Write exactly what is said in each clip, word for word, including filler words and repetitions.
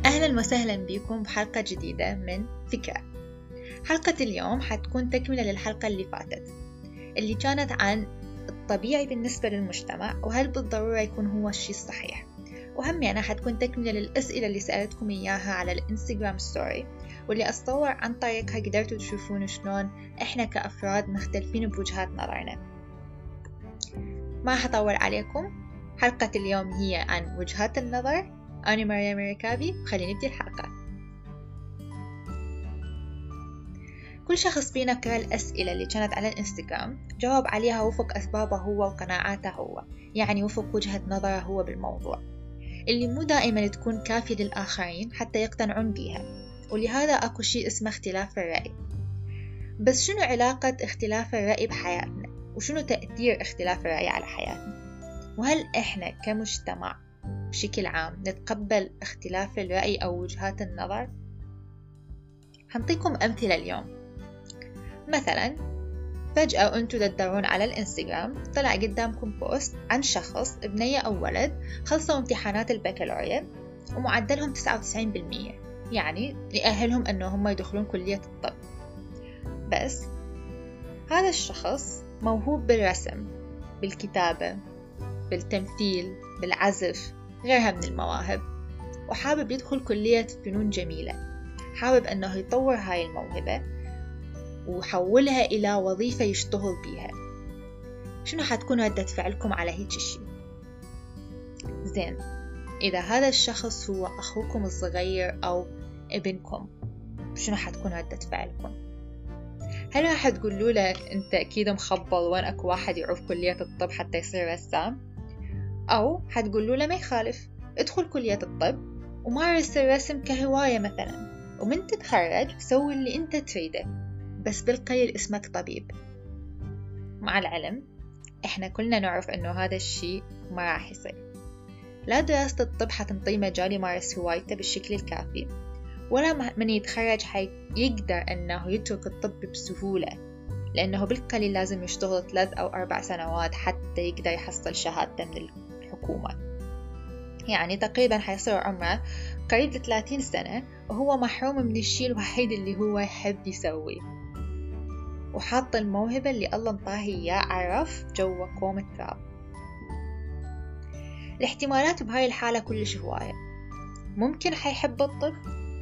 أهلا وسهلا بكم بحلقة جديدة من فكرة. حلقة اليوم حتكون تكملة للحلقة اللي فاتت اللي كانت عن الطبيعي بالنسبة للمجتمع وهل بالضرورة يكون هو الشيء الصحيح، وهم أنا حتكون تكملة للأسئلة اللي سألتكم إياها على الإنستغرام ستوري، واللي أتصور عن طريقها قدرتوا تشوفون شلون إحنا كأفراد مختلفين بوجهات نظرنا. ما حطول عليكم، حلقة اليوم هي عن وجهات النظر. أنا مريم مركابي، خلينا نبدي الحلقة. كل شخص فينا قرأ الأسئلة اللي كانت على الإنستغرام جاوب عليها وفق أسبابه هو وقناعاته هو، يعني وفق وجهة نظره هو بالموضوع، اللي مو دائما تكون كافية للآخرين حتى يقتنعون بيها، ولهذا أكو شيء اسمه اختلاف الرأي. بس شنو علاقة اختلاف الرأي بحياتنا؟ وشنو تأثير اختلاف الرأي على حياتنا؟ وهل إحنا كمجتمع بشكل عام نتقبل اختلاف الرأي أو وجهات النظر؟ هنعطيكم أمثلة اليوم. مثلا فجأة أنتوا تدورون على الإنستغرام طلع قدامكم بوست عن شخص بنية أو ولد خلصوا امتحانات البكالوريا ومعدلهم تسعة وتسعين بالمية، يعني يأهلهم أنهم يدخلون كلية الطب. بس هذا الشخص موهوب بالرسم، بالكتابة، بالتمثيل، بالعزف، غيرها من المواهب، وحابب يدخل كلية فنون جميلة، حابب أنه يطور هاي الموهبة وحولها إلى وظيفة يشتغل بيها. شنو حتكون ردة فعلكم على هيك الشيء؟ زين، إذا هذا الشخص هو أخوكم الصغير أو ابنكم، شنو حتكون ردة فعلكم؟ هل راح تقولوا له أنت أكيد مخبل، وين أكو واحد يعوف كلية الطب حتى يصير رسام؟ أو حتقولوا له ما يخالف، ادخل كلية الطب ومارس الرسم كهواية مثلا، ومن تتخرج سوي اللي أنت تريده، بس بالقليل اسمك طبيب. مع العلم إحنا كلنا نعرف أنه هذا الشيء ما راح يصير. لا دراسة الطب حتنطيه مجال يمارس هوايته بالشكل الكافي، ولا من يتخرج حيقدر أنه يترك الطب بسهولة، لأنه بالقليل لازم يشتغل ثلاث أو أربع سنوات حتى يقدر يحصل شهادته من الحكومة، يعني تقريبا حيصير عمره قريب لثلاثين سنة وهو محروم من الشيء الوحيد اللي هو يحب يسويه، وحاط الموهبة اللي الله انطاه إياه عرف جوا كوم التراب. الاحتمالات بهاي الحالة كلش هواية. ممكن حيحب الطب،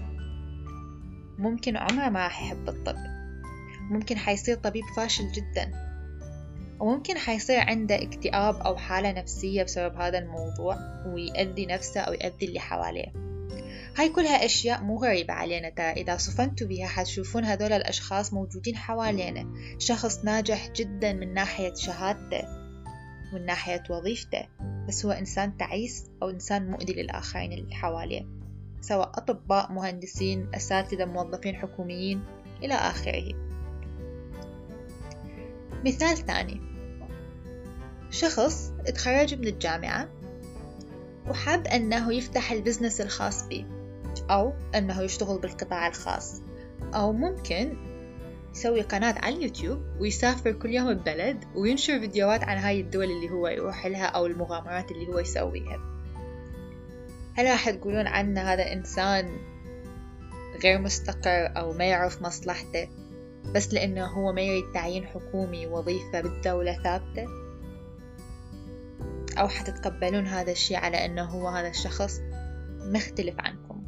ممكن عمره ما راح يحب الطب، ممكن حيصير طبيب فاشل جدا، وممكن حيصير عنده اكتئاب أو حالة نفسية بسبب هذا الموضوع ويأذي نفسه أو يأذي اللي حواليه. هاي كلها أشياء مو غريبة علينا، ترى إذا صفنتوا بها حتشوفون هذول الأشخاص موجودين حوالينا. شخص ناجح جدا من ناحية شهادته ومن ناحية وظيفته، بس هو إنسان تعيس أو إنسان مؤذي للآخرين اللي حواليه، سواء أطباء، مهندسين، أساتذة، موظفين حكوميين إلى آخره. مثال ثاني، شخص اتخرج من الجامعة وحاب أنه يفتح البزنس الخاص به، أو أنه يشتغل بالقطاع الخاص، أو ممكن يسوي قناة على اليوتيوب ويسافر كل يوم ببلد وينشر فيديوهات عن هاي الدول اللي هو يروح لها أو المغامرات اللي هو يسويها. هل راح تقولون عنه هذا إنسان غير مستقر أو ما يعرف مصلحته بس لأنه هو ما يريد تعيين حكومي وظيفة بالدولة ثابتة؟ أو حتتقبلون هذا الشيء على أنه هو هذا الشخص مختلف عنكم؟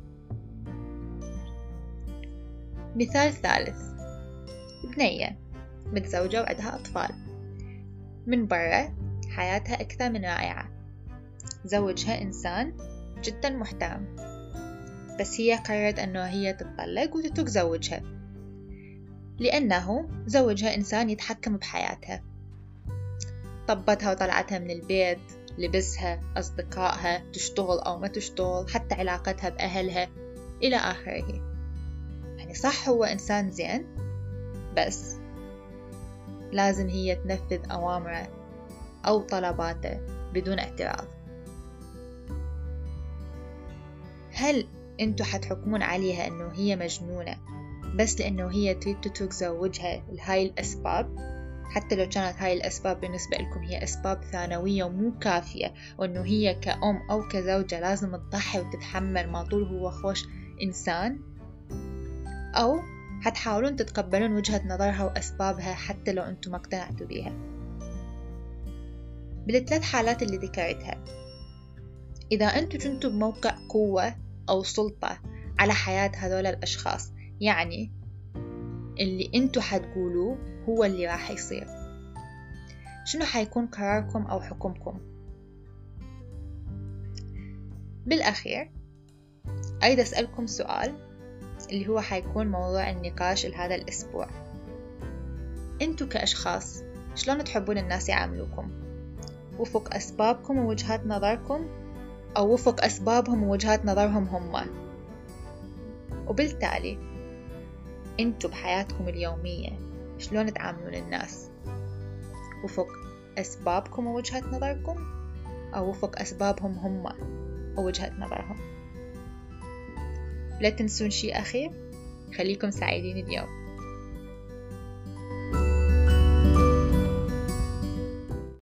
مثال ثالث، بنية متزوجة وعندها أطفال، من برا حياتها أكثر من رائعة، زوجها إنسان جدا محترم، بس هي قررت أنه هي تتطلق وتترك زوجها لأنه زوجها إنسان يتحكم بحياتها، طبتها وطلعتها من البيت، لبسها، أصدقائها، تشتغل أو ما تشتغل، حتى علاقتها بأهلها إلى آخره. يعني صح هو إنسان زين، بس لازم هي تنفذ أوامره أو طلباته بدون اعتراض. هل أنتوا حتحكمون عليها أنه هي مجنونة بس لأنه هي تريد تترك زوجها لهاي الأسباب؟ حتى لو كانت هاي الأسباب بالنسبة لكم هي أسباب ثانوية ومو كافية، وأنه هي كأم أو كزوجة لازم تضحي وتتحمل ما طول هو خوش إنسان، أو حتحاولون تتقبلون وجهة نظرها وأسبابها حتى لو أنتم ما اقتنعتوا بيها. بالثلاث حالات اللي ذكرتها، إذا أنتم كنتوا بموقع قوة أو سلطة على حياة هذول الأشخاص، يعني اللي أنتوا حتقولوه هو اللي راح يصير، شنو حيكون قراركم أو حكمكم؟ بالأخير أيضا أسألكم سؤال اللي هو حيكون موضوع النقاش لهذا الأسبوع. أنتوا كأشخاص شلون تحبون الناس يعاملوكم؟ وفق أسبابكم ووجهات نظركم، أو وفق أسبابهم ووجهات نظرهم هم؟ وبالتالي أنتوا بحياتكم اليومية شلون تعاملون الناس؟ وفق أسبابكم ووجهة نظركم، أو وفق أسبابهم هم ووجهة نظرهم؟ لا تنسون شيء أخير، خليكم سعيدين اليوم.